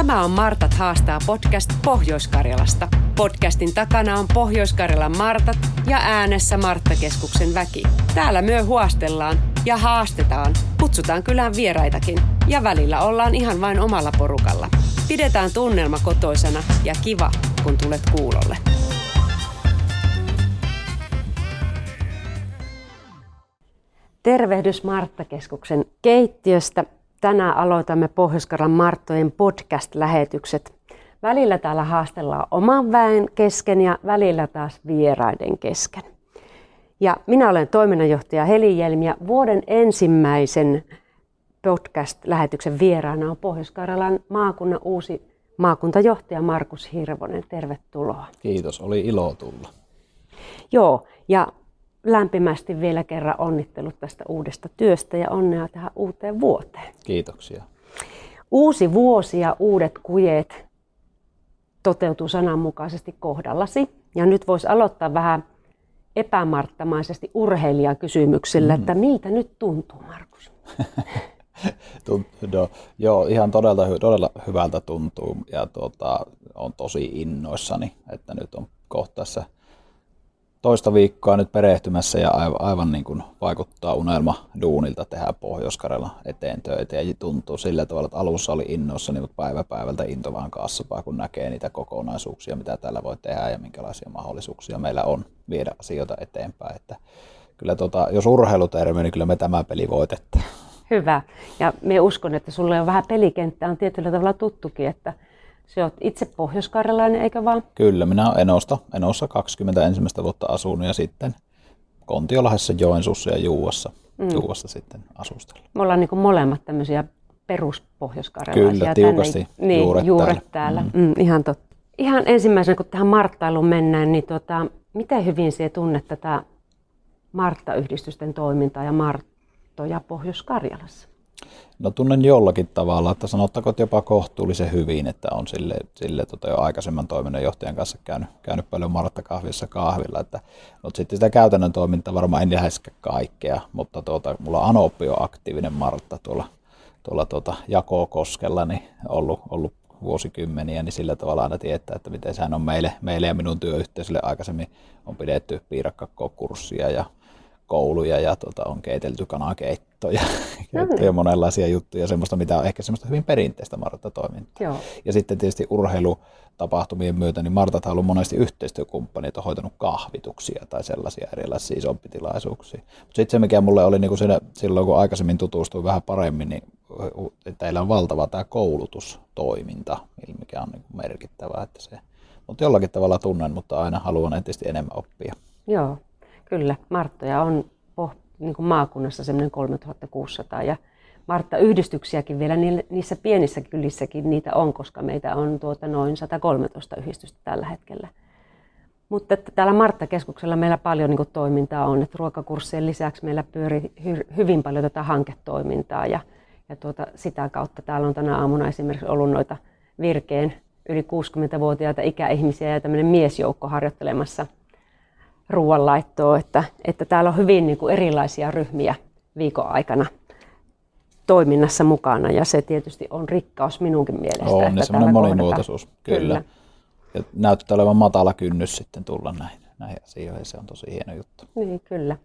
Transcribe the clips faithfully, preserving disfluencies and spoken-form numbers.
Tämä on Martat haastaa podcast Pohjois-Karjalasta. Podcastin takana on Pohjois-Karjalan Martat ja äänessä Marttakeskuksen väki. Täällä myö huostellaan ja haastetaan, kutsutaan kylään vieraitakin ja välillä ollaan ihan vain omalla porukalla. Pidetään tunnelma kotoisana ja kiva, kun tulet kuulolle. Tervehdys Marttakeskuksen keittiöstä. Tänään aloitamme Pohjois-Karjalan Marttojen podcast-lähetykset. Välillä täällä haastellaan oman väen kesken ja välillä taas vieraiden kesken. Ja minä olen toiminnanjohtaja Heli Jelm ja vuoden ensimmäisen podcast-lähetyksen vieraana on Pohjois-Karjalan maakunnan uusi maakuntajohtaja Markus Hirvonen. Tervetuloa. Kiitos, oli ilo tulla. Joo, ja lämpimästi vielä kerran onnittelut tästä uudesta työstä ja onnea tähän uuteen vuoteen. Kiitoksia. Uusi vuosi ja uudet kujeet toteutuu sananmukaisesti kohdallasi. Ja nyt voisi aloittaa vähän epämarttamaisesti urheilijakysymyksellä, mm. että miltä nyt tuntuu, Markus? no, joo, ihan todella, todella hyvältä tuntuu ja tuota, olen tosi innoissani, että nyt on kohta tässä toista viikkoa nyt perehtymässä ja aivan, aivan niin kuin vaikuttaa unelma duunilta tehdä Pohjois-Karjalan eteen töitä ja tuntuu sillä tavalla, että alussa oli innoissani, mutta päivä päivältä into vaan kasvaa, kun näkee niitä kokonaisuuksia, mitä täällä voi tehdä ja minkälaisia mahdollisuuksia meillä on viedä asioita eteenpäin. Että kyllä tota, jos urheilutermi, niin kyllä me tämä peli voitettaan. Hyvä. Ja me uskon, että sulle on vähän pelikenttä, on tietyllä tavalla tuttukin, että sä oot itse pohjois-karjalainen, eikä vaan? Kyllä, minä olen Enosta. Enossa kaksikymmentä ensimmäistä vuotta asunut ja sitten Kontiolahdessa, Joensuussa ja Juuassa, mm. Juuassa sitten asustella. Me ollaan niin kuin molemmat tämmöisiä peruspohjois-karjalaisia. Kyllä, tiukasti tänne, niin, juuret, juuret täällä. täällä. Mm. Mm, ihan totta. Ihan ensimmäisenä, kun tähän Marttailuun mennään, niin tota, miten hyvin sinä tunnet tätä Martta-yhdistysten toimintaa ja Marttoja Pohjois-Karjalassa? No tunnen jollakin tavalla, että sanottakoon jopa kohtuullisen hyvin, että on sille, sille tota jo aikaisemman toiminnanjohtajan kanssa käynyt, käynyt paljon Marttakahvissa kahvilla. Että, mutta sitten sitä käytännön toimintaa varmaan en läheskään kaikkea, mutta tuota, mulla on Anoppi on aktiivinen Martta tuolla, tuolla tuota Jakokoskella niin ollut, ollut vuosikymmeniä, niin sillä tavalla aina tietää, että miten sehän on meille, meille ja minun työyhteisölle aikaisemmin on pidetty piirakkakokurssia ja kouluja ja tuota, on keitelty kanakeittoja no niin. ja monenlaisia juttuja, semmoista, mitä on ehkä semmoista hyvin perinteistä Martta-toimintaa. Joo. Ja sitten tietysti urheilutapahtumien myötä, niin Martathan on ollut monesti yhteistyökumppanit, on hoitanut kahvituksia tai sellaisia erilaisia isompitilaisuuksia. Mutta sitten se, mikä mulle oli niin kuin siinä, silloin, kun aikaisemmin tutustuin vähän paremmin, niin että teillä on valtava tämä koulutustoiminta, mikä on niin kuin merkittävää. Että se, mutta jollakin tavalla tunnen, mutta aina haluan entisesti enemmän oppia. Joo. Kyllä, Marttoja on niin kuin maakunnassa semmoinen kolmetuhattakuusisataa ja Martta-yhdistyksiäkin vielä niissä pienissä kylissäkin niitä on, koska meitä on tuota noin sata kolmetoista yhdistystä tällä hetkellä. Mutta että täällä Marttakeskuksella meillä paljon niin kuin toimintaa on, että ruokakurssien lisäksi meillä pyörii hy- hyvin paljon tätä hanketoimintaa ja, ja tuota, sitä kautta täällä on tänä aamuna esimerkiksi ollut noita Virkeen yli kuusikymmentävuotiaita ikäihmisiä ja tämmöinen miesjoukko harjoittelemassa ruoanlaittoa, että, että täällä on hyvin niin kuin erilaisia ryhmiä viikon aikana toiminnassa mukana ja se tietysti on rikkaus minunkin mielestä. On, niin semmoinen monimuotoisuus, kyllä. kyllä. Ja näyttää olevan matala kynnys sitten tulla näihin, näihin asioihin, se on tosi hieno juttu. Niin, kyllä.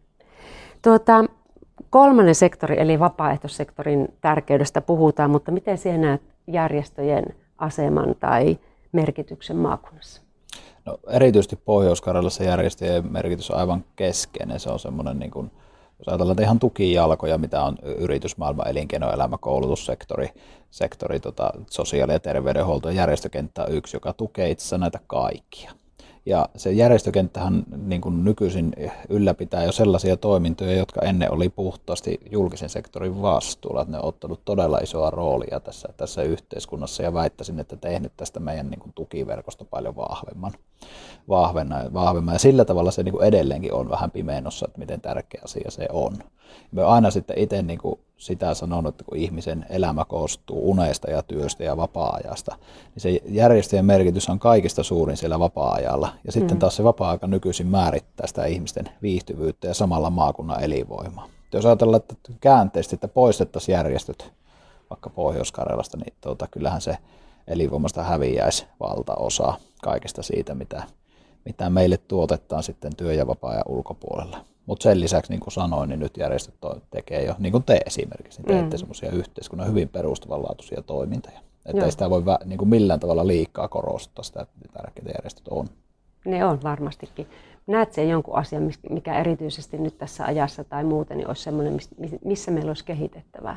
Tuota, kolmannen sektori eli vapaaehtoissektorin tärkeydestä puhutaan, mutta miten sinä näet järjestöjen aseman tai merkityksen maakunnassa? No, erityisesti Pohjois-Karjalassa järjestöjen merkitys on aivan keskeinen. Se on semmoinen, niin kuin, jos ajatellaan ihan tukijalkoja, mitä on yritysmaailma, elinkeinoelämä, koulutussektori, sektori, tota, sosiaali- ja terveydenhuolto ja järjestökenttä on yksi, joka tukee itse asiassa näitä kaikkia. Ja se järjestökenttähän niin kuin nykyisin ylläpitää jo sellaisia toimintoja, jotka ennen oli puhtaasti julkisen sektorin vastuulla. Ne on ottanut todella isoa roolia tässä, tässä yhteiskunnassa ja väittäisin, että tehnyt tästä meidän niin kuin tukiverkosta paljon vahvemman, vahvemman, vahvemman. Ja sillä tavalla se niin kuin edelleenkin on vähän pimeenossa, että miten tärkeä asia se on. Me aina sitten itse niin kuin sitä sanonut, että kun ihmisen elämä koostuu unesta ja työstä ja vapaa-ajasta, niin se järjestöjen merkitys on kaikista suurin siellä vapaa-ajalla. Ja sitten taas se vapaa-aika nykyisin määrittää sitä ihmisten viihtyvyyttä ja samalla maakunnan elinvoimaa. Jos ajatellaan, että käänteisesti, että poistettaisiin järjestöt vaikka Pohjois-Karjalasta, niin tuota, kyllähän se elinvoimasta häviäisi valtaosa kaikesta siitä, mitä, mitä meille tuotetaan sitten työ- ja vapaa-ajan ulkopuolella. Mutta sen lisäksi, niin kuin sanoin, niin nyt järjestöt tekee jo, niin kuin te esimerkiksi, niin teette mm. semmoisia yhteiskunnan hyvin perustavanlaatuisia toimintoja. Että ei sitä voi niin kuin millään tavalla liikaa korostaa sitä, että tärkeitä järjestöt on. Ne on varmastikin. Näet sen jonkun asian, mikä erityisesti nyt tässä ajassa tai muuten niin olisi sellainen, missä meillä olisi kehitettävää?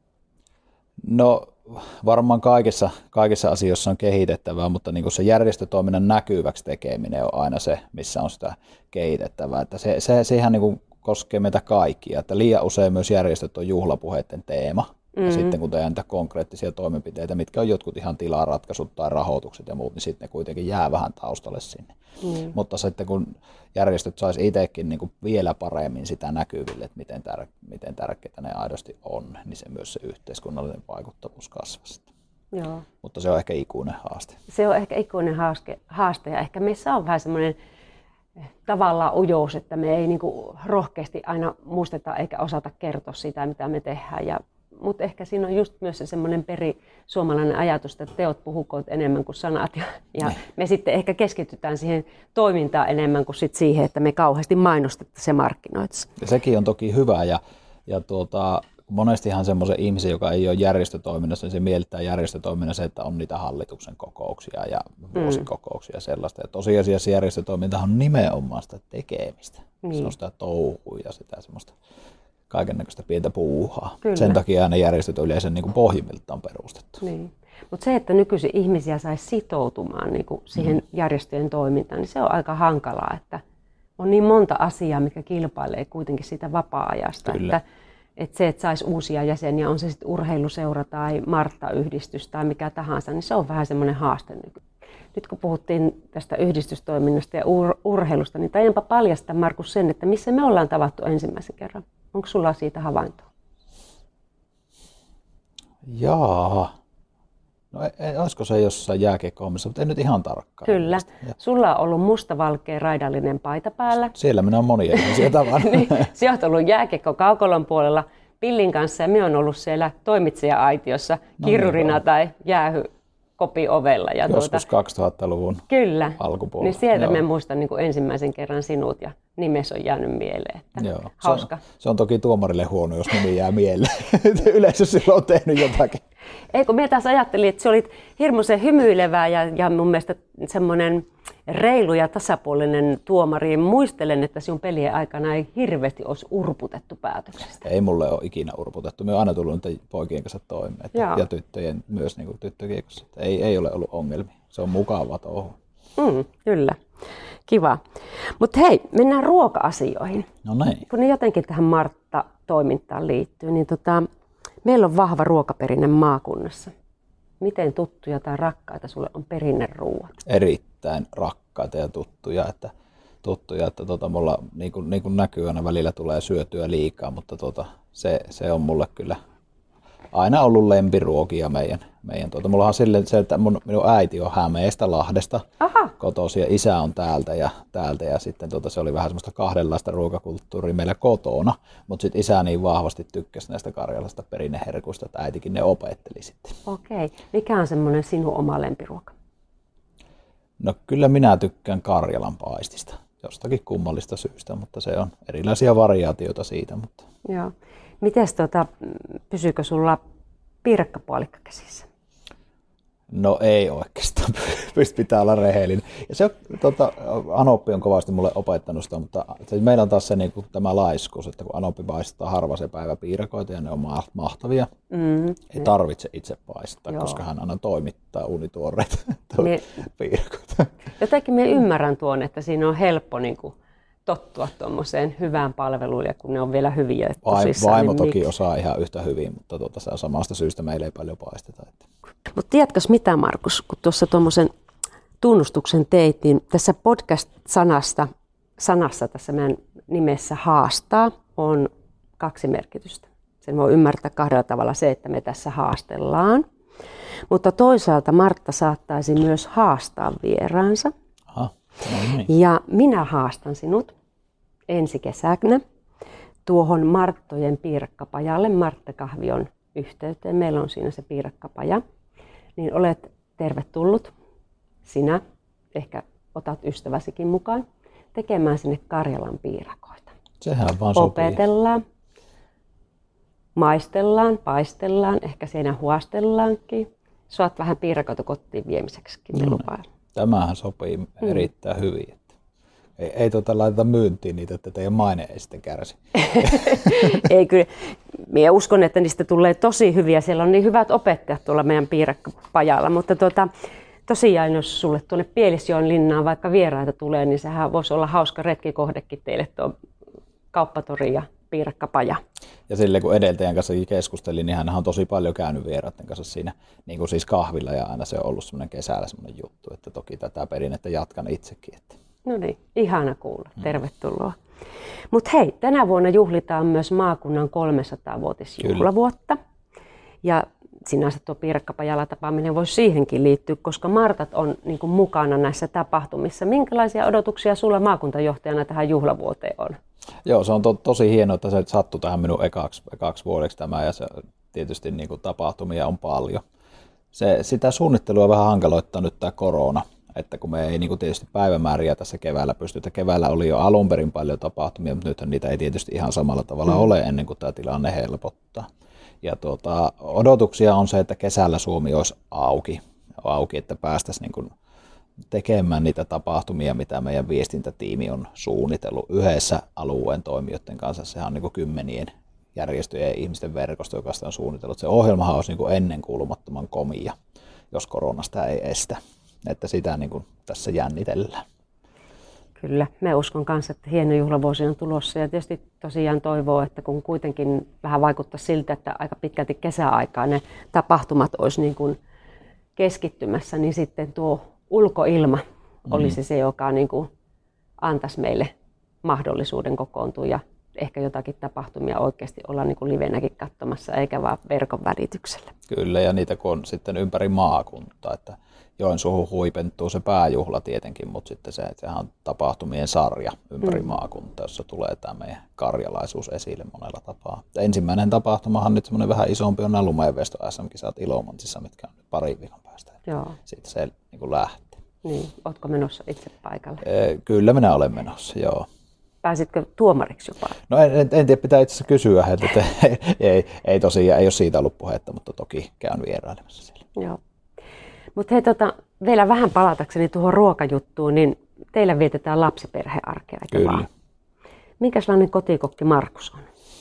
No varmaan kaikissa, kaikissa asioissa on kehitettävää, mutta niin kuin se järjestötoiminnan näkyväksi tekeminen on aina se, missä on sitä kehitettävää. Että se, se, sehän niin kuin koskee meitä kaikkia, että liian usein myös järjestöt on juhlapuheiden teema. Mm-hmm. Ja sitten kun tehdään niitä konkreettisia toimenpiteitä, mitkä on jotkut ihan tilaratkaisut tai rahoitukset ja muut, niin sitten ne kuitenkin jää vähän taustalle sinne. Mm-hmm. Mutta sitten kun järjestöt saisi itsekin niin kuin vielä paremmin sitä näkyville, että miten, tär- miten tärkeitä ne aidosti on, niin se myös se yhteiskunnallinen vaikuttavuus kasvaisi. Joo. Mutta se on ehkä ikuinen haaste. Se on ehkä ikuinen haaste, haaste ja ehkä meissä on vähän semmoinen tavallaan ujous, että me ei niin kuin rohkeasti aina muisteta eikä osata kertoa sitä, mitä me tehdään. Ja mutta ehkä siinä on just myös se semmoinen perisuomalainen ajatus, että teot puhukoot enemmän kuin sanat. Ja, ja me sitten ehkä keskitytään siihen toimintaan enemmän kuin sit siihen, että me kauheasti mainostetaan se markkinoiksi. Ja sekin on toki hyvä. Ja, ja tuota, monestihan semmoisen ihmisen, joka ei ole järjestötoiminnassa, niin se miellyttää järjestötoiminnassa, että on niitä hallituksen kokouksia ja vuosikokouksia ja sellaista. Ja tosiasiassa järjestötoiminta on nimenomaan sitä tekemistä. Niin. Se on sitä touhua ja sitä semmoista kaikennäköistä pientä puuhaa. Kyllä. Sen takia ne järjestöt on yleensä niin kuin pohjimmiltaan perustettu. Niin. Mutta se, että nykyisin ihmisiä saisi sitoutumaan niin kuin siihen mm. järjestöjen toimintaan, niin se on aika hankalaa, että on niin monta asiaa, mikä kilpailee kuitenkin siitä vapaa-ajasta. Että, että se, että saisi uusia jäseniä, on se sitten urheiluseura tai Martta-yhdistys tai mikä tahansa, niin se on vähän semmoinen haaste nykyään. Nyt kun puhuttiin tästä yhdistystoiminnasta ja ur- urheilusta, niin taidanpa paljastaa, Markus, sen, että missä me ollaan tavattu ensimmäisen kerran. Onko sulla siitä havaintoa? Jaa. No ei, ei, olisiko se jossain jääkiekko-hommissa, mutta ei nyt ihan tarkkaan. Kyllä. Sulla on ollut mustavalkea raidallinen paita päällä. Siellä minä olen monia ihmisiä tavannut. Niin, sinä olet ollut jääkiekko Kaukolon puolella Pillin kanssa ja minä olen ollut siellä toimitsija-aitiossa no, kirurina niin tai jäähy. Kopi ovella. Ja joskus tuota, kaksituhattaluvun kyllä. alkupuolella. Niin sieltä me muistan niin kuin ensimmäisen kerran sinut ja nimes on jäänyt mieleen. Että joo. hauska. Se on, se on toki tuomarille huono, jos nimi jää mieleen. Yleensä silloin on tehnyt jotakin. Ei, kun minä taas ajattelin, että se olit hirmuisen hymyilevää ja, ja mun mielestä semmoinen reilu ja tasapuolinen tuomari. Muistelen, että sinun pelien aikana ei hirveästi olisi urputettu päätöksestä. Ei mulle ole ikinä urputettu. Me on aina tullut nyt poikien kanssa toimeen ja tyttöjen myös niin tyttökiekossa. Ei, ei ole ollut ongelmia. Se on mukavaa touhua. Mm, kyllä. Kiva. Mutta hei, mennään ruoka-asioihin. No niin. Kun ne jotenkin tähän Martta-toimintaan liittyy, niin tota, meillä on vahva ruokaperinne maakunnassa. Miten tuttuja tai rakkaita sulle on perinneruuat? Erittäin rakkaita ja tuttuja. Että, tuttuja, että tota, mulla niin kuin, niin kuin näkyy aina välillä tulee syötyä liikaa, mutta tota, se, se on mulle kyllä aina ollut lempiruokia meidän. meidän tuota. Mulla on silleen se, että mun, minun äiti on Hämeestä, Lahdesta kotoisin ja isä on täältä ja, täältä, ja sitten tuota, se oli vähän semmoista kahdenlaista ruokakulttuuria meillä kotona, mutta sitten isä niin vahvasti tykkäsi näistä karjalaisista perinneherkuista, että äitikin ne opetteli sitten. Okei. Mikä on semmoinen sinun oma lempiruoka? No kyllä minä tykkään Karjalan paistista, jostakin kummallista syystä, mutta se on erilaisia variaatioita siitä. Mutta. Joo. Mites tota, pysyykö sulla piirakkapuolikka käsissä? No ei oikeastaan, pitää olla rehellinen. Ja se, tota, Anoppi on kovasti mulle opettanut sitä, mutta se, meillä on taas se, niin kuin, tämä laiskuus, että kun Anoppi paistaa harva se päivä piirakoita ja ne on mahtavia, mm, ei ne. tarvitse itse paistaa, Joo. koska hän aina toimittaa uunituoreita me, piirakoita. Jotenkin minä ymmärrän tuon, että siinä on helppo niin kuin tottua tuommoiseen hyvään palveluun ja kun ne on vielä hyviä. Vaimo niin toki miksi? Osaa ihan yhtä hyvin, mutta tuota, se on samasta syystä meillä ei paljon paisteta. Että. Mutta tiedätkö mitä, Markus, kun tuossa tuommoisen tunnustuksen teit, niin tässä podcast-sanasta, sanassa tässä meidän nimessä haastaa on kaksi merkitystä. Sen voi ymmärtää kahdella tavalla se, että me tässä haastellaan, mutta toisaalta Martta saattaisi myös haastaa vieraansa. Aha. No niin. Ja minä haastan sinut ensi kesänä tuohon Marttojen piirakkapajalle, Martta Kahvion yhteyteen. Meillä on siinä se piirakkapaja. Niin olet tervetullut sinä, ehkä otat ystäväsikin mukaan, tekemään sinne Karjalan piirakoita. Sehän vaan sopii. Opetellaan, maistellaan, paistellaan, ehkä siinä huostellaankin. Saat vähän piirakoita kotiin viemiseksikin, me No, lupaan. tämähän sopii mm. erittäin hyvin. Että ei, ei tuota laiteta myyntiin niitä, että teidän maine ei sitten kärsi. Ei kyllä. Minä uskon, että niistä tulee tosi hyviä. Siellä on niin hyvät opettajat tuolla meidän piirakkapajalla. Mutta tuota, tosiaan, jos sulle tuonne Pielisjoen linnaan vaikka vieraita tulee, niin sehän voisi olla hauska retkikohdekin teille tuo kauppatori ja piirakkapaja. Ja silleen kun edeltäjän kanssa keskustelin, niin hän on tosi paljon käynyt vieraiden kanssa siinä niin kuin siis kahvilla ja aina se on ollut semmoinen kesällä semmoinen juttu, että toki tätä perinnettä jatkan itsekin. Että. No niin, ihana kuulla. Tervetuloa. Mutta hei, tänä vuonna juhlitaan myös maakunnan kolmesataa-vuotisjuhlavuotta. Ja sinänsä tuo piirakkapajalla tapaaminen voisi siihenkin liittyä, koska Martat on niin kuin mukana näissä tapahtumissa. Minkälaisia odotuksia sulla maakuntajohtajana tähän juhlavuoteen on? Joo, se on to, tosi hienoa, että se sattui tähän minun ekaksi, ekaksi vuodeksi tämä ja se, tietysti niin kuin tapahtumia on paljon. Se, sitä suunnittelua vähän hankaloittaa nyt tämä korona, että kun me ei niin kuin tietysti päivämääriä tässä keväällä pystytä. Keväällä oli jo alun perin paljon tapahtumia, mutta nythän niitä ei tietysti ihan samalla tavalla mm. ole ennen kuin tämä tilanne helpottaa. Ja tuota, odotuksia on se, että kesällä Suomi olisi auki, auki että päästäisiin niin kuin tekemään niitä tapahtumia, mitä meidän viestintätiimi on suunnitellut yhdessä alueen toimijoiden kanssa. Sehän on niin kuin kymmenien järjestöjen ja ihmisten verkosto, joka sitä on suunnitellut. Se ohjelmahan olisi niin kuin ennenkuulumattoman komia, jos koronasta ei estä. Että sitä niin kuin tässä jännitellään. Kyllä, me uskon kanssa, että hieno juhlavuosi on tulossa ja tietysti tosiaan toivoo, että kun kuitenkin vähän vaikuttaa siltä, että aika pitkälti kesäaikaa ne tapahtumat olisi niin kuin keskittymässä, niin sitten tuo ulkoilma mm-hmm. olisi se, joka niin kuin antaisi meille mahdollisuuden kokoontua ja ehkä jotakin tapahtumia oikeasti olla niin kuin livenäkin katsomassa, eikä vaan verkon välityksellä. Kyllä, ja niitä kun on sitten ympäri maakuntaa, että Joensuuhun huipentuu se pääjuhla tietenkin, mutta sitten se, sehän on tapahtumien sarja ympäri mm. maakuntaa, jossa tulee tämä meidän karjalaisuus esille monella tapaa. Ensimmäinen tapahtumahan nyt semmoinen vähän isompi on nämä Lumeenvesto S M-kisat Ilomantsissa, mitkä on nyt parin viikon päästä. Joo. Sitten se niin kuin lähtee. Niin, ootko menossa itse paikalle? E, kyllä minä olen menossa, joo. Pääsitkö tuomariksi jopa? No en, en, en tiedä, pitää itse asiassa kysyä, että ei, ei, ei tosiaan, ei ole siitä ollut puhetta, mutta toki käyn vierailemassa siellä. Joo. Mutta hei, tota, vielä vähän palatakseni tuohon ruokajuttuun, niin teillä vietetään lapsiperhearkea, eikö Kyllä. vaan? Minkälainen kotikokki Markus on?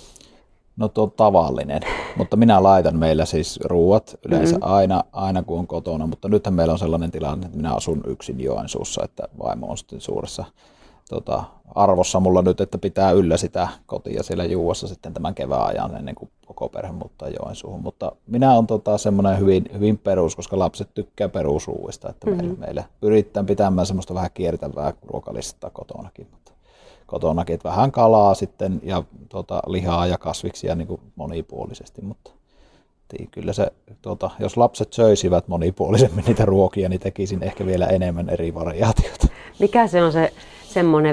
No tuo tavallinen, mutta minä laitan meillä siis ruuat yleensä mm-hmm. aina, aina kun on kotona, mutta nythän meillä on sellainen tilanne, että minä asun yksin Joensuussa, että vaimo on sitten suuressa tota, arvossa mulla nyt, että pitää yllä sitä kotia siellä Juuassa sitten tämän kevään ajan ennen kuin koko perhe muuttaa Joensuuhun. Mutta minä olen tota, semmoinen hyvin, hyvin perus, koska lapset tykkää perusruuista, että mm-hmm. meillä, meillä pyritään pitämään semmoista vähän kiertävää ruokalistaa kotonakin. Mutta kotonakin, että vähän kalaa sitten ja tota, lihaa ja kasviksia niin kuin monipuolisesti, mutta kyllä se, tota, jos lapset söisivät monipuolisemmin niitä ruokia, niin tekisin ehkä vielä enemmän eri variaatioita. Mikä se on se semmoinen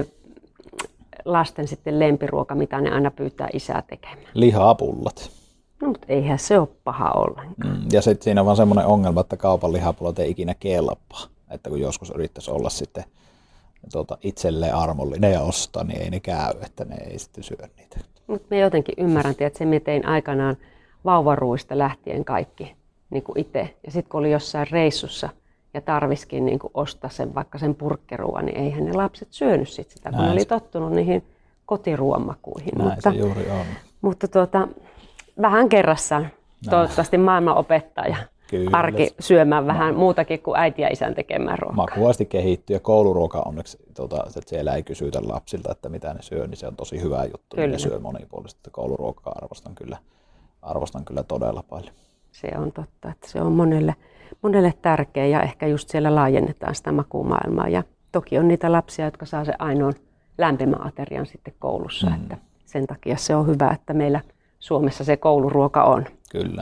lasten sitten lempiruoka, mitä ne aina pyytää isää tekemään? Lihapullat. No, mutta eihän se ole paha ollenkaan. Mm, ja sitten siinä on vaan semmoinen ongelma, että kaupan lihapullat ei ikinä kelpaa. Että kun joskus yrittäisi olla sitten tuota, itselleen armollinen ja ostaa, niin ei ne käy, että ne ei sitten syö niitä. Mutta me jotenkin ymmärrän, että se me tein aikanaan vauvaruuista lähtien kaikki niin kuin itse. Ja sitten kun oli jossain reissussa ja tarviskin niin kuin ostaa sen, vaikka sen purkkeruuan, niin eihän ne lapset syönyt sit sitä, kun ne oli tottunut niihin kotiruoanmakuihin. Näin mutta, se juuri on. Mutta tuota, vähän kerrassaan. Näin. Toivottavasti maailman opettaja. Kyllä. Arki syömään vähän Ma- muutakin kuin äiti ja isän tekemään ruokaa. Makuasti kehittyy ja kouluruoka onneksi, tuota, että siellä ei kysytä lapsilta, että mitä ne syö, niin se on tosi hyvä juttu. Kyllä. Ne syö monipuolisesti. Kouluruokaa arvostan kyllä, arvostan kyllä todella paljon. Se on totta, että se on monelle, monelle tärkeä ja ehkä just siellä laajennetaan sitä makumaailmaa. Ja toki on niitä lapsia, jotka saa se ainoan lämpimän aterian sitten koulussa. Mm. Että sen takia se on hyvä, että meillä Suomessa se kouluruoka on. Kyllä.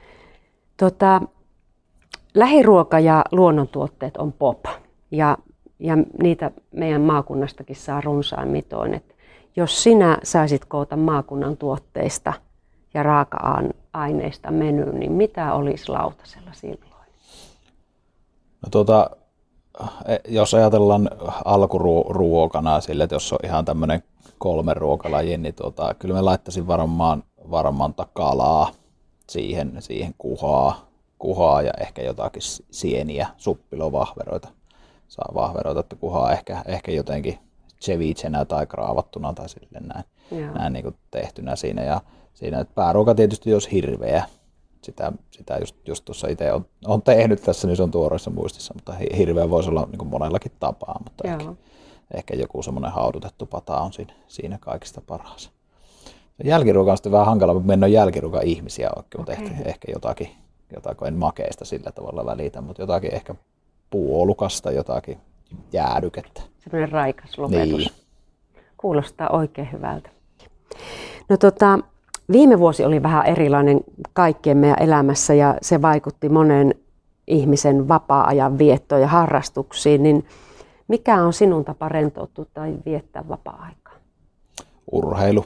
Tota, lähiruoka ja luonnontuotteet on pop ja, ja niitä meidän maakunnastakin saa runsain mitoin. Et jos sinä saisit koota maakunnan tuotteista ja raaka-aineista menyyn, niin mitä olisi lautasella silloin? No tuota, jos ajatellaan alkuruokana sille, että jos on ihan tämmöinen kolme ruokalaji, niin tuota, kyllä mä laittaisin varmaan, varmaan kalaa siihen, siihen kuhaa, kuhaa ja ehkä jotakin sieniä, suppilovahveroita. Saa vahveroita, että kuhaa ehkä, ehkä jotenkin cevicenä tai kraavattuna tai silleen näin, näin niin kuin tehtynä siinä. Ja siinä, että pääruoka tietysti jos hirveä. Sitä, sitä just, just tuossa itse on, on tehnyt tässä, niin se on tuoreessa muistissa, mutta hirveä voisi olla niin kuin monellakin tapaa, mutta ehkä, ehkä joku semmoinen haudutettu pata on siinä, siinä kaikista parhaassa. Jälkiruoka on sitten vähän hankala, mutta me en ole jälkiruoka-ihmisiä oikein, mutta okay. ehkä, ehkä jotakin, jotakin, en makeista sillä tavalla välitä, mutta jotakin ehkä puolukasta, jotakin jäädykettä. Semmoinen raikas lopetus. Niin. Kuulostaa oikein hyvältä. No tota... Viime vuosi oli vähän erilainen kaikkien meidän elämässä ja se vaikutti monen ihmisen vapaa-ajan viettoon ja harrastuksiin. Niin mikä on sinun tapa rentoutua tai viettää vapaa-aikaa? Urheilu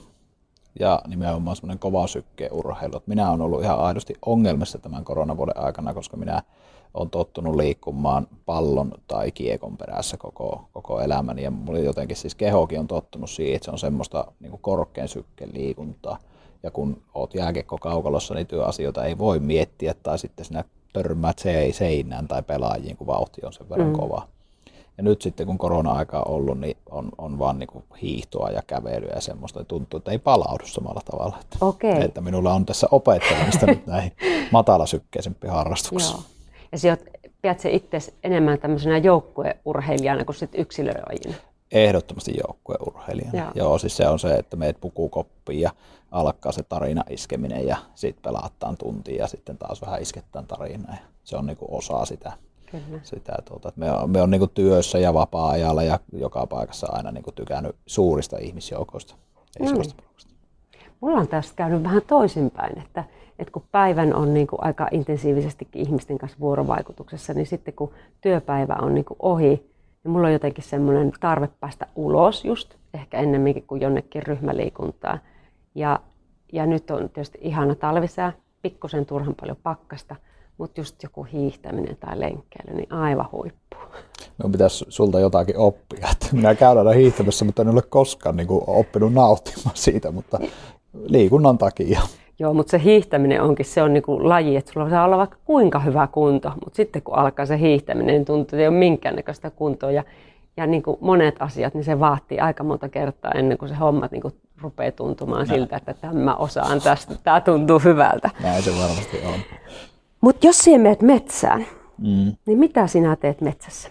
ja nimenomaan semmoinen kova sykkeen urheilu. Minä olen ollut ihan aidosti ongelmissa tämän koronavuoden aikana, koska minä olen tottunut liikkumaan pallon tai kiekon perässä koko, koko elämäni. Ja mulla jotenkin siis kehokin on tottunut siihen, että se on semmoista niin kuin korkean sykkeen liikuntaa. Ja kun oot jääkiekkokaukalossa, niin työasioita ei voi miettiä, tai sitten sinä törmäät seinään tai pelaajiin, kun vauhti on sen verran mm. kova. Ja nyt sitten, kun korona-aika on ollut, niin on, on vaan niin kuin hiihtoa ja kävelyä ja semmoista. Ja tuntuu, että ei palaudu samalla tavalla. Että, okay. että minulla on tässä opettelemista nyt näihin matalasykkeisempiin harrastuksiin. Joo. Ja sinä pidät se itse enemmän tämmöisenä joukkueurheilijana kuin sitten yksilölajina? Ehdottomasti joukkueurheilijana. Joo. Joo, siis se on se, että meet pukukoppiin ja alkaa se tarina iskeminen ja sitten pelataan tuntia ja sitten taas vähän isketään tarinaa. Ja se on niinku osa sitä. sitä tuota, me on, me on niinku työssä ja vapaa-ajalla ja joka paikassa aina niinku tykännyt suurista ihmisjoukoista. Ei no niin. Mulla on tästä käynyt vähän toisinpäin, että, että kun päivän on niinku aika intensiivisestikin ihmisten kanssa vuorovaikutuksessa, niin sitten kun työpäivä on niinku ohi, niin mulla on jotenkin semmoinen tarve päästä ulos just, ehkä ennemminkin kuin jonnekin ryhmäliikuntaan. Ja, ja nyt on tietysti ihana talvisää, pikkusen turhan paljon pakkasta, mutta just joku hiihtäminen tai lenkkeily, niin aivan huippu. Minun pitäisi sulta jotakin oppia. Että minä käyn aina hiihtämässä, mutta en ole koskaan niin kuin, oppinut nauttimaan siitä, mutta liikunnan takia. Joo, mutta se hiihtäminen onkin, se on niin kuin laji, että sulla saa olla vaikka kuinka hyvä kunto, mutta sitten kun alkaa se hiihtäminen, niin tuntuu, että ei ole minkäännäköistä kuntoa. Ja, ja niin kuin monet asiat, niin se vaatii aika monta kertaa ennen kuin se homma niin kuin rupeaa tuntumaan Näin. siltä, että tämä osaan tästä, tämä tuntuu hyvältä. Näin se varmasti on. Mutta jos sinä menet metsään, mm. niin mitä sinä teet metsässä?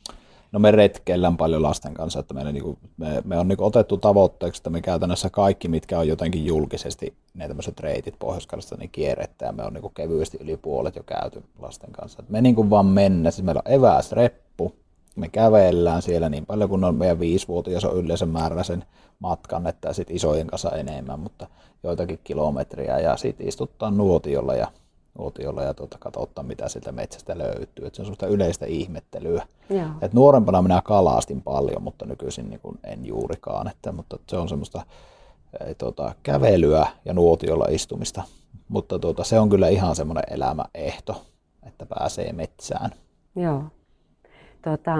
No me retkeillään paljon lasten kanssa, että meillä niinku, me, me on niinku otettu tavoitteeksi, että me käytännössä kaikki, mitkä on jotenkin julkisesti, ne tämmöiset reitit Pohjois-Karjalasta, niin kierrettää. Me on niinku kevyesti yli puolet jo käyty lasten kanssa. Et me niinku vaan mennä, siis meillä on eväsreppu, me kävellään siellä niin paljon, kun on meidän viisivuotias on yleensä määrä sen matkan, että sitten isojen kanssa enemmän, mutta joitakin kilometriä ja sitten istuttaa nuotiolla ja nuotiolla ja tuota, katsotaan, mitä sieltä metsästä löytyy. Et se on sellaista yleistä ihmettelyä. Et nuorempana minä kalastin paljon, mutta nykyisin niin kuin en juurikaan. Että, mutta se on semmoista ei, tuota, kävelyä ja nuotiolla istumista. Mutta tuota, se on kyllä ihan semmoinen elämäehto, että pääsee metsään. Joo. Tuota,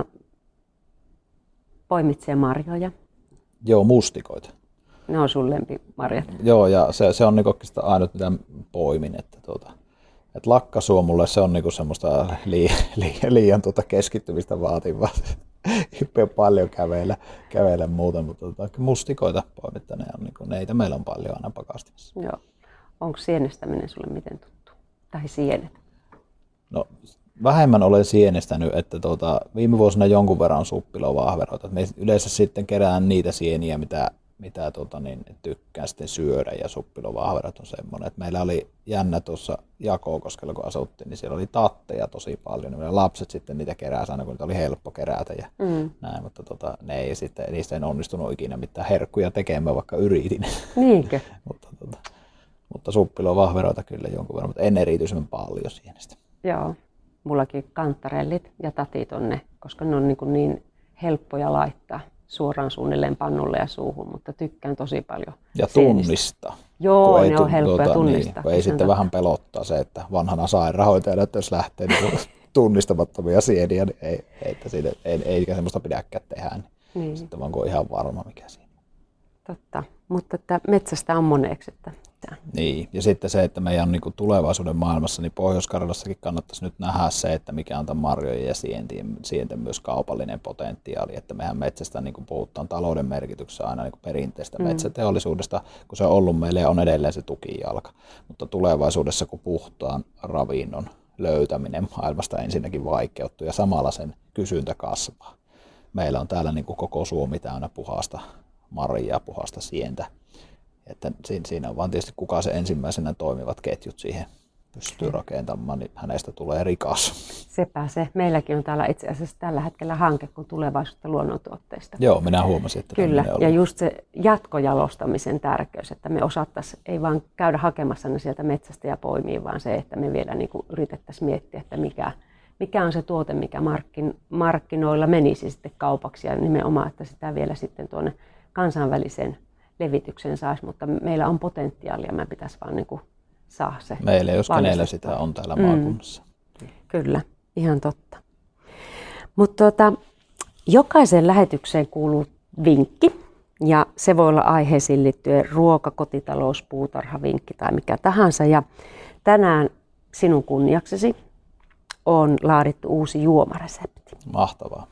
poimitsee marjoja? Joo, mustikoita. Ne on sun lempimarjat. Joo, ja se, se on niin oikeastaan ainut, mitä poimin. Että tuota, Et lakkasuomulle se on niinku semmoista liian, liian, liian tuota keskittymistä vaativaa. Paljon kävellä, kävellä muuta, mutta tuota, mustikoita poimit, ne on niinku, neitä meillä on paljon aina pakastimessa. Joo. Onko sienestäminen sulle miten tuttu? Tai sienet? No vähemmän olen sienestänyt, että tuota, viime vuosina jonkun verran suppilovahveroita. Me yleensä sitten kerään niitä sieniä, mitä mitä tota, niin, tykkään sitten syödä, ja suppilovahverot on semmoinen. Että meillä oli jännä tuossa Jakokoskella, kun asuttiin, niin siellä oli tatteja tosi paljon. Niin lapset sitten niitä keräsi aina, kun niitä oli helppo kerätä ja mm. näin, mutta tota, ne ei sitten, niistä en onnistunut ikinä mitään herkkuja tekemään, vaikka yritin. Niinkö? mutta tota, mutta suppilovahveroita kyllä jonkun verran, mutta en erityisen paljon sienestä. Joo, mullakin kantarellit ja tatit on ne, koska ne on niin, niin helppoja laittaa suoraan suunnilleen pannulle ja suuhun, mutta tykkään tosi paljon ja tunnista. Joo, ne on helppoja tuota, tunnistaa. Niin, ei sitten totta. Vähän pelottaa se, että vanhana sairaanhoitajana, että jos lähtee niin tunnistamattomia sieniä, niin ei, että siinä, ei, eikä semmoista pidäkään tehdä. Niin Niin. sitten vaan kun on ihan varma mikä siinä. Totta, mutta että metsästä on moneeksi. Että... Niin, ja sitten se, että meidän niin kuin tulevaisuuden maailmassa, niin Pohjois-Karjalassakin kannattaisi nyt nähdä se, että mikä on tämän marjojen ja sienten, sienten myös kaupallinen potentiaali, että mehän metsästä niin kuin puhutaan talouden merkityksessä aina niin kuin perinteistä mm. metsäteollisuudesta, kun se on ollut meille ja on edelleen se tukijalka, mutta tulevaisuudessa kun puhtaan ravinnon löytäminen maailmasta ensinnäkin vaikeuttuu ja samalla sen kysyntä kasvaa. Meillä on täällä niin kuin koko Suomi täynnä puhasta marjaa, puhasta sientä. Että siinä on vaan tietysti kuka se ensimmäisenä toimivat ketjut siihen pystyy rakentamaan, niin hänestä tulee rikas. Sepä se. Meilläkin on täällä itse asiassa tällä hetkellä hanke kuin tulevaisuutta luonnontuotteista. Joo, minä huomasin, että kyllä, ja just se jatkojalostamisen tärkeys, että me osattaisiin ei vaan käydä hakemassa ne sieltä metsästä ja poimia, vaan se, että me vielä niin kuin yritettäisiin miettiä, että mikä, mikä on se tuote, mikä markkin, markkinoilla menisi sitten kaupaksi ja nimenomaan, että sitä vielä sitten tuonne kansainväliseen levitykseen saisi, mutta meillä on potentiaalia, me pitäisi vaan niin kuin saa se. Meillä, jos kenellä sitä on täällä maakunnassa. Mm, kyllä, ihan totta. Mutta tuota, jokaiseen lähetykseen kuuluu vinkki, ja se voi olla aiheisiin liittyen ruoka, kotitalous, puutarha, vinkki tai mikä tahansa. Ja tänään sinun kunniaksesi on laadittu uusi juomaresepti. Mahtavaa.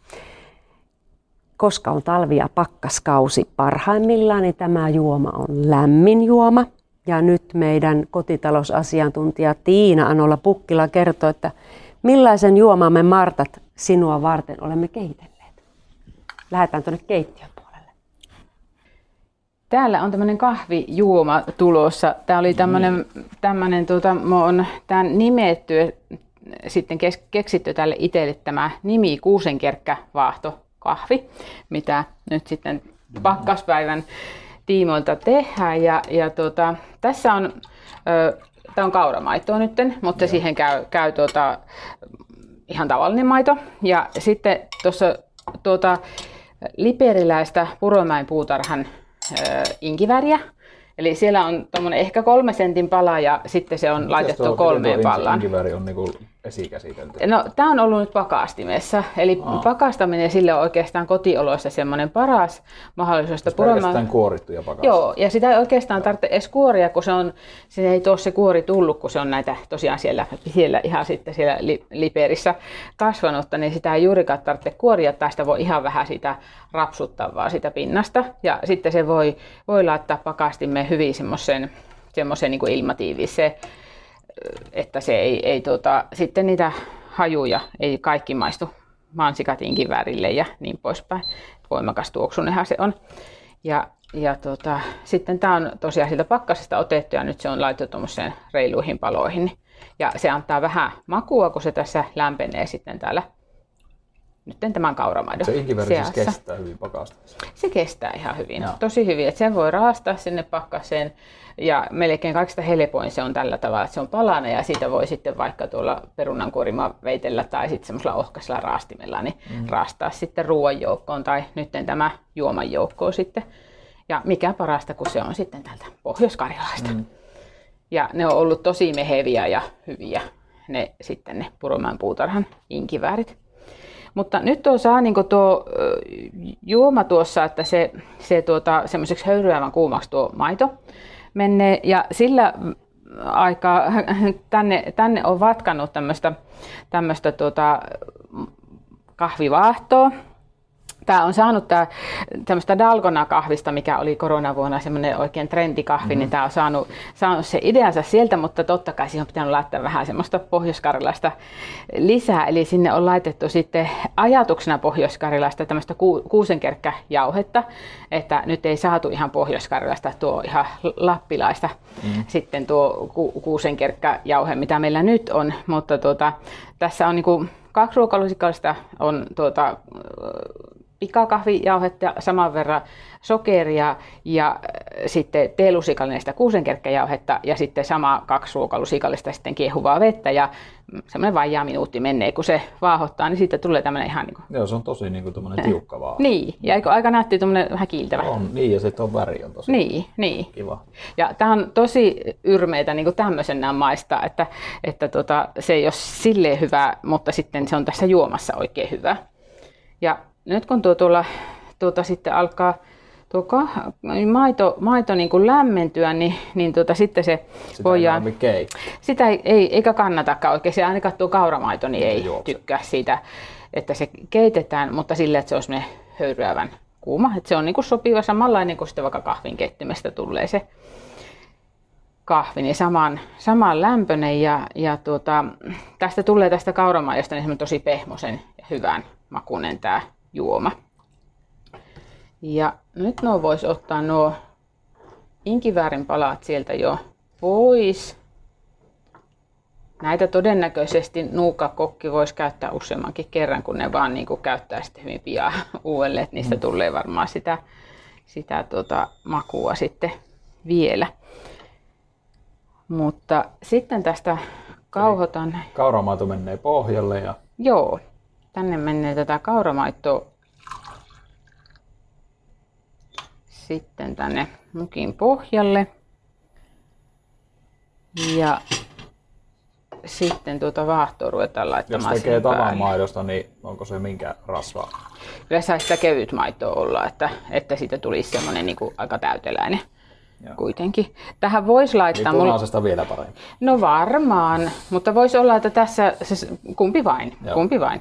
Koska on talvi- ja pakkaskausi parhaimmillaan, niin tämä juoma on lämmin juoma. Ja nyt meidän kotitalousasiantuntija Tiina Anola Pukkila kertoo, että millaisen juoman me Martat sinua varten olemme kehitelleet. Lähdetään tuonne keittiön puolelle. Täällä on tämmöinen kahvijuoma tulossa. Tämä oli tämmöinen, tämmöinen tuota, mä oon tämän nimetty, sitten keksitty tälle itselle tämä nimi Kuusenkerkkä Vaahto kahvi, mitä nyt sitten pakkaspäivän tiimoilta tehdään. Ja, ja tuota, tässä on, tämä on kauramaitoa nyt, mutta ja. siihen käy, käy tuota, ihan tavallinen maito. Ja sitten tuossa tuota, liperiläistä Puromäen puutarhan ö, inkiväriä. Eli siellä on tuommoinen ehkä kolme sentin pala ja sitten se on mitäs laitettu tuo, kolmeen pallaan. Inkiväri on niinku esikäsitelty? No, tämä on ollut nyt pakastimessa. Eli Aa. pakastaminen sille on oikeastaan kotioloissa semmoinen paras mahdollisuus. Siis pelkästään kuorittu ja pakastettu? Joo, ja sitä ei oikeastaan tarvitse edes kuoria, kun se on, se ei tuossa se kuori tullut, kun se on näitä tosiaan siellä, siellä ihan sitten siellä liperissä kasvanutta, niin sitä ei juurikaan tarvitse kuoria, tai sitä voi ihan vähän sitä rapsuttaa sitä pinnasta. Ja sitten se voi, voi laittaa pakastimeen hyvin semmoisen, semmoisen niin kuin ilmatiiviseen, että se ei, ei tuota, sitten niitä hajuja ei kaikki maistu mansikat inkiväärille ja niin poispäin. Voimakas tuoksunenhan se on. Ja, ja tuota, sitten tämä on tosiaan siltä pakkasesta otettu ja nyt se on laitettu tuommoiseen reiluihin paloihin. Ja se antaa vähän makua, kun se tässä lämpenee sitten täällä nyt tämän kauramaidon se inkiväri siis kestää hyvin pakasteessa? Se kestää ihan hyvin, Joo. tosi hyvin. Että sen voi raastaa sinne pakkaseen ja melkein kaikista helpoin se on tällä tavalla, että se on palainen ja siitä voi sitten vaikka tuolla perunankuorima veitellä tai sitten semmoisella ohkaisella raastimella niin mm. raastaa sitten ruoan joukkoon tai nyt tämä juoman joukkoon sitten. Ja mikä parasta, kun se on sitten täältä Pohjois-Karjalaista. Mm. Ja ne on ollut tosi meheviä ja hyviä ne sitten ne Puromäen puutarhan inkiväärit. Mutta nyt tuo saa niin tuo juoma tuossa, että se, se tuota, semmoiseksi höyryävän kuumaksi tuo maito menee ja sillä aikaa tänne, tänne on vatkannut tämmöistä, tämmöistä tuota kahvivaahtoa. Tämä on saanut tämä, tämmöistä Dalgona-kahvista, mikä oli koronavuonna semmoinen oikein trendikahvi, mm-hmm. niin tämä on saanut, saanut se ideansa sieltä, mutta totta kai siihen on pitänyt laittaa vähän semmoista pohjois-karjalaista lisää. Eli sinne on laitettu sitten ajatuksena pohjois-karjalaista tämmöistä ku, kuusenkerkkäjauhetta, että nyt ei saatu ihan pohjois-karjalaista, tuo ihan lappilaista mm-hmm. sitten tuo ku, kuusenkerkkäjauhe, mitä meillä nyt on, mutta tuota, tässä on niinku kaksi ruokalusikallista on tuota, pikakahvijauhetta, saman verran sokeria ja sitten teelusikallinen sitä kuusenkerkkäjauhetta ja sitten sama kaksi ruokalusikallista sitten kiehuvaa vettä ja semmoinen vajaa minuutti menee, kun se vaahottaa, niin siitä tulee tämmöinen ihan niin kuin... Joo, se on tosi niin kuin tommoinen tiukka vaan. Niin, ja eikö aika näytti tommoinen vähän kiiltävä. On, niin, ja sitten on väri on tosi niin, niin. kiva. Ja tämä on tosi yrmeitä niin kuin tämmöisenä maistaa, että, että tota, se ei ole silleen hyvä, mutta sitten se on tässä juomassa oikein hyvä. Ja nyt kun tuo tuolla tuota sitten alkaa tuo kah, maito, maito niin kuin lämmentyä, niin, niin tuota, sitten se Sitä voidaan... ei Sitä ei, ei, eikä kannatakaan oikein. Se ainakaan tuo kauramaito niin ei juokse. tykkää siitä, että se keitetään, mutta sillä, että se olisi höyryävän kuuma. Että se on niin kuin sopiva samanlainen kuin sitten vaikka kahvinkeittimestä tulee se kahvi, niin saman, saman lämpöinen. Ja, ja tuota, tästä tulee tästä kauramaidosta niin tosi pehmoisen ja hyvän makuinen tämä juoma. Ja nyt nuo voisi ottaa nuo inkiväärin palat sieltä jo pois. Näitä todennäköisesti nuukkakokki voisi käyttää useammankin kerran, kun ne vaan niin kuin käyttää sitten hyvin pian uudelleen. Että niistä tulee varmaan sitä, sitä tuota makua sitten vielä. Mutta sitten tästä kauhotan. Kauramaito menee pohjalle ja... Joo, tänne menee tätä kauramaitoa sitten tänne mukin pohjalle. Ja sitten tuota vaahtoa ruvetaan laittamaan. Jos tekee tavan maidosta, niin onko se minkä rasvaa? Kyllä saa sitä kevyt maitoa olla, että, että siitä tulisi semmoinen niin kuin aika täyteläinen. Joo. Kuitenkin. Tähän voisi laittaa... Niin punaisesta vielä parempi. No varmaan, mutta voisi olla, että tässä se, kumpi vain, Joo. kumpi vain.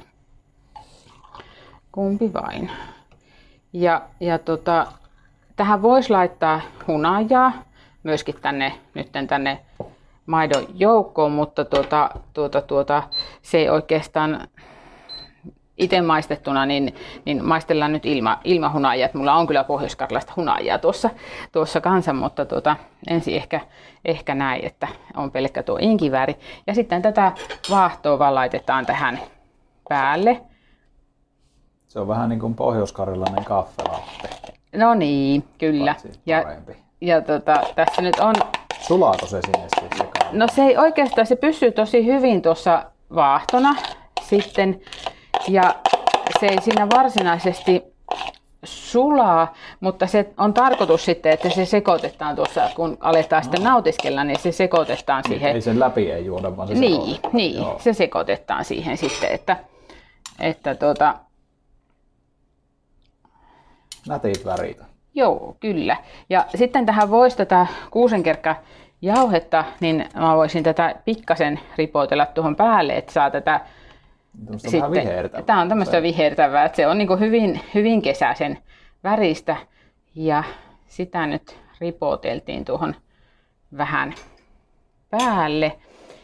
Kumpi vain. Ja, ja tota, tähän voisi laittaa hunajaa myöskin tänne, nyt tänne maidon joukkoon, mutta tuota, tuota, tuota, se ei oikeastaan itse maistettuna, niin, niin maistellaan nyt ilma, ilmahunajaa. Mulla on kyllä pohjoiskarjalaista hunajaa tuossa, tuossa kanssa, mutta tuota, ensin ehkä, ehkä näin, että on pelkkä tuo inkivääri. Ja sitten tätä vaahtoa vaan laitetaan tähän päälle. Se on vähän niin kuin pohjoiskarjalainen kaffelatte. No niin, kyllä. Ja, ja tota, tässä nyt on... Sulaako se sinne siis se kahvi? No se ei oikeastaan, se pysyy tosi hyvin tuossa vaahtona sitten. Ja se ei siinä varsinaisesti sulaa, mutta se on tarkoitus sitten, että se sekoitetaan tuossa, kun aletaan sitten nautiskella, niin se sekoitetaan siihen. Ei sen läpi ei juoda, vaan se niin, sekoitetaan. Niin, Joo. se sekoitetaan siihen sitten, että, että tuota... Nätit värit. Joo, kyllä. Ja sitten tähän voisi tätä kuusenkerkkajauhetta, niin mä voisin tätä pikkasen ripotella tuohon päälle, että saa tätä sitten, vihertävää. Tämä on tämmöistä vihertävää, että se on niin kuin hyvin, hyvin kesäisen väristä ja sitä nyt ripoteltiin tuohon vähän päälle.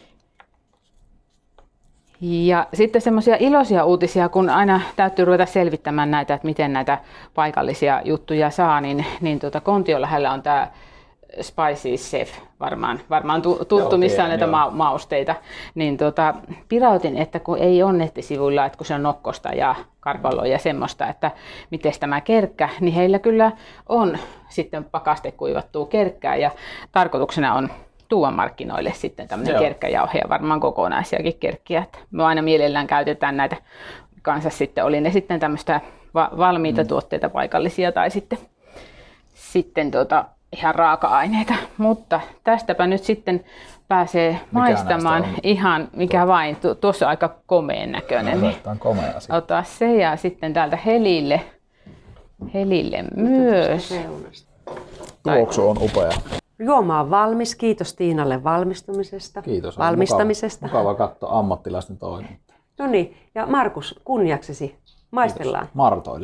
Ja sitten semmoisia iloisia uutisia, kun aina täytyy ruveta selvittämään näitä, että miten näitä paikallisia juttuja saa, niin, niin tuota Kontiolähellä on tämä Spicy Chef, varmaan, varmaan tuttu, joo, missä on näitä ma- mausteita. Niin tuota, pirautin, että kun ei ole nettisivuilla, että kun se on nokkosta ja karpaloa ja semmoista, että miten tämä kerkkä, niin heillä kyllä on sitten pakastekuivattua kerkkää ja tarkoituksena on tuoda markkinoille sitten tämmöinen kerkkäjauhe ja varmaan kokonaisiakin kerkkiä. Me aina mielellään käytetään näitä kanssa sitten, oli ne sitten tämmöistä va- valmiita mm. tuotteita paikallisia tai sitten, sitten tuota, ihan raaka-aineita. Mutta tästäpä nyt sitten pääsee mikä maistamaan ihan mikä tuo. vain. Tu- tuossa on aika komeen näköinen. No, on komea sitten. Ota se ja sitten täältä helille, helille myös. Tuoksu on upea. Juoma on valmis. Kiitos Tiinalle valmistumisesta. Kiitos. Valmistamisesta. Mukava, mukava katsoa ammattilaisten toimintaa. No niin, ja Markus, kunniaksesi maistellaan. Kiitos. Martoille.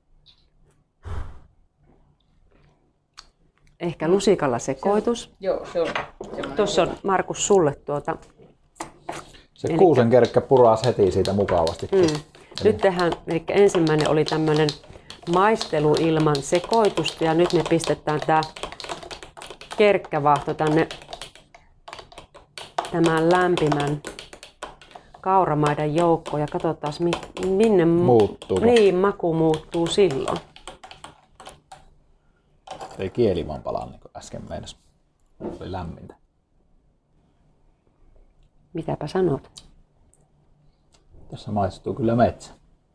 Ehkä lusikalla sekoitus. Joo, se on. Tuossa on Markus sulle tuota. Se Elikkä... kuusenkerkkä puras heti siitä mukavasti. Mm. Nyt tehdään, eli ensimmäinen oli tämmöinen maistelu ilman sekoitusta ja nyt me pistetään tämä kerkkävaahto tänne tämän lämpimän kauramaiden joukkoon ja katsotaan minne muuttuu. Niin, maku muuttuu silloin. Ei kieli vaan palaa niin kuin äsken meinas. Oli lämmintä. Mitäpä sanot? Tässä maistuu kyllä metsä.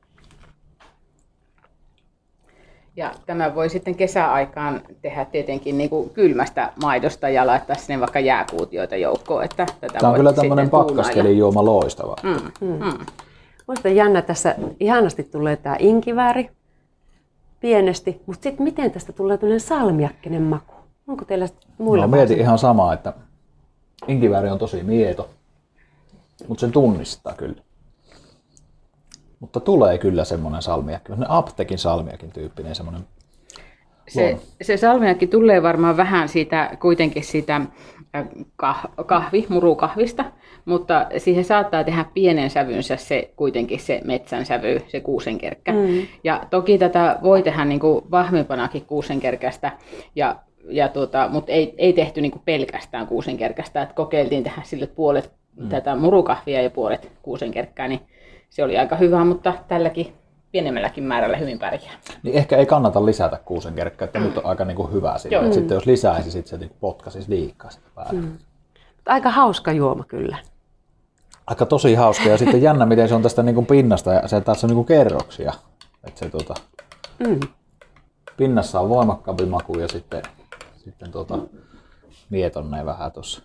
Ja tämä voi sitten kesäaikaan tehdä tietenkin niin kuin kylmästä maidosta ja laittaa sinne vaikka jääkuutioita joukkoon. Että tätä Tämä on kyllä tämmöinen pakkaskelin juoma loistava. Mm, mm. Mm. Minusta jännä, tässä ihanasti tulee tämä inkivääri pienesti, mutta sitten miten tästä tulee tämmöinen salmiakkinen maku? Onko teillä muilla? No, mietin ihan samaa, että inkivääri on tosi mieto, mutta sen tunnistaa kyllä. Mutta tulee kyllä semmoinen salmiakki, semmoinen apteekin salmiakin tyyppinen semmoinen. Se, se salmiakki tulee varmaan vähän siitä, kuitenkin siitä kahvi, murukahvista, mutta siihen saattaa tehdä pienen sävynsä se kuitenkin se metsän sävy, se kuusenkerkkä. Mm. Ja toki tätä voi tehdä niin kuin vahvempanakin kuusenkerkästä, ja, ja tuota, mutta ei, ei tehty niin kuin pelkästään kuusenkerkästä, että kokeiltiin tehdä sille puolet mm. tätä murukahvia ja puolet kuusenkerkkää, niin se oli aika hyvä, mutta tälläkin pienemmälläkin määrällä hyvin pärjää. Niin ehkä ei kannata lisätä kuusenkerkkaa, että mm. nyt on aika niin kuin hyvä sille. Mm. Sitten jos lisäisi, sit se niin potkaisisi liikaa sitä päälle. Mm. Aika hauska juoma kyllä. Aika tosi hauska ja sitten jännä, miten se on tästä niin kuin pinnasta ja se taas on niin kuin kerroksia. Että se tuota, mm. pinnassa on voimakkaampi maku ja sitten, sitten tuota, mietonnee vähän tuossa.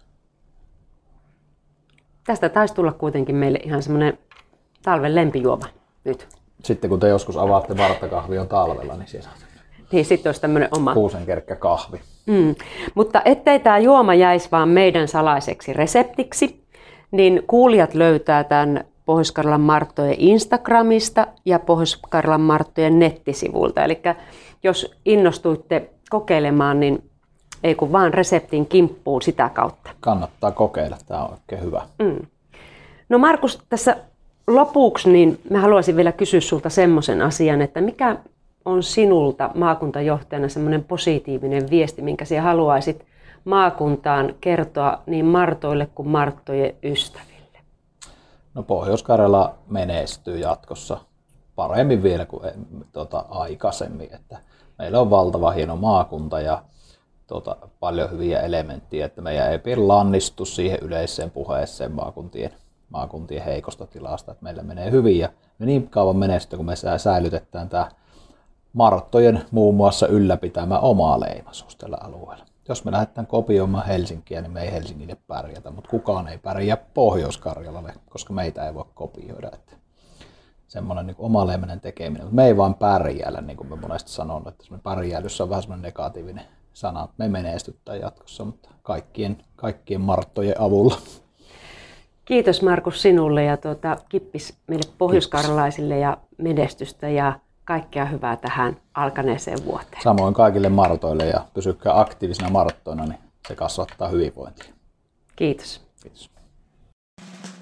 Tästä taisi tulla kuitenkin meille ihan semmoinen talven lempijuoma nyt. Sitten kun te joskus avaatte varttakahvion talvella, niin siellä on niin, sitten olisi tämmöinen oma kuusenkerkkä kahvi. Mm. Mutta ettei tämä juoma jäisi vaan meidän salaiseksi reseptiksi, niin kuulijat löytää tämän Pohjois-Karjalan Marttojen Instagramista ja Pohjois-Karjalan Marttojen nettisivulta. Eli jos innostuitte kokeilemaan, niin ei kun vaan reseptin kimppuun sitä kautta. Kannattaa kokeilla, tämä on oikein hyvä. Mm. No Markus, tässä lopuksi niin mä haluaisin vielä kysyä sulta semmoisen asian, että mikä on sinulta maakuntajohtajana semmoinen positiivinen viesti, minkä sinä haluaisit maakuntaan kertoa niin Martoille kuin Marttojen ystäville? No Pohjois-Karjala menestyy jatkossa paremmin vielä kuin tuota, aikaisemmin. Että meillä on valtava hieno maakunta ja tuota, paljon hyviä elementtejä, että meidän ei pidä lannistua siihen yleiseen puheeseen maakuntien, maakuntien heikosta tilasta, että meillä menee hyvin ja me niin kauan menestyy, kun me säilytetään tämä Marttojen muun muassa ylläpitämä oma leimaisuus tällä alueella. Jos me lähdetään kopioimaan Helsinkiä, niin me ei Helsingille pärjätä, mutta kukaan ei pärjää Pohjois-Karjalalle, koska meitä ei voi kopioida. Että semmoinen niin omaleimainen tekeminen, mutta me ei vaan pärjäällä, niin kuin me monesti sanon, että me pärjäälyssä on vähän semmoinen negatiivinen sana, että me menestyttää jatkossa, mutta kaikkien, kaikkien Marttojen avulla. Kiitos Markus sinulle ja tuota, kippis meille pohjoiskarjalaisille ja menestystä ja kaikkea hyvää tähän alkaneeseen vuoteen. Samoin kaikille Martoille ja pysykää aktiivisina Marttoina, niin se kasvattaa hyvinvointia. Kiitos. Kiitos.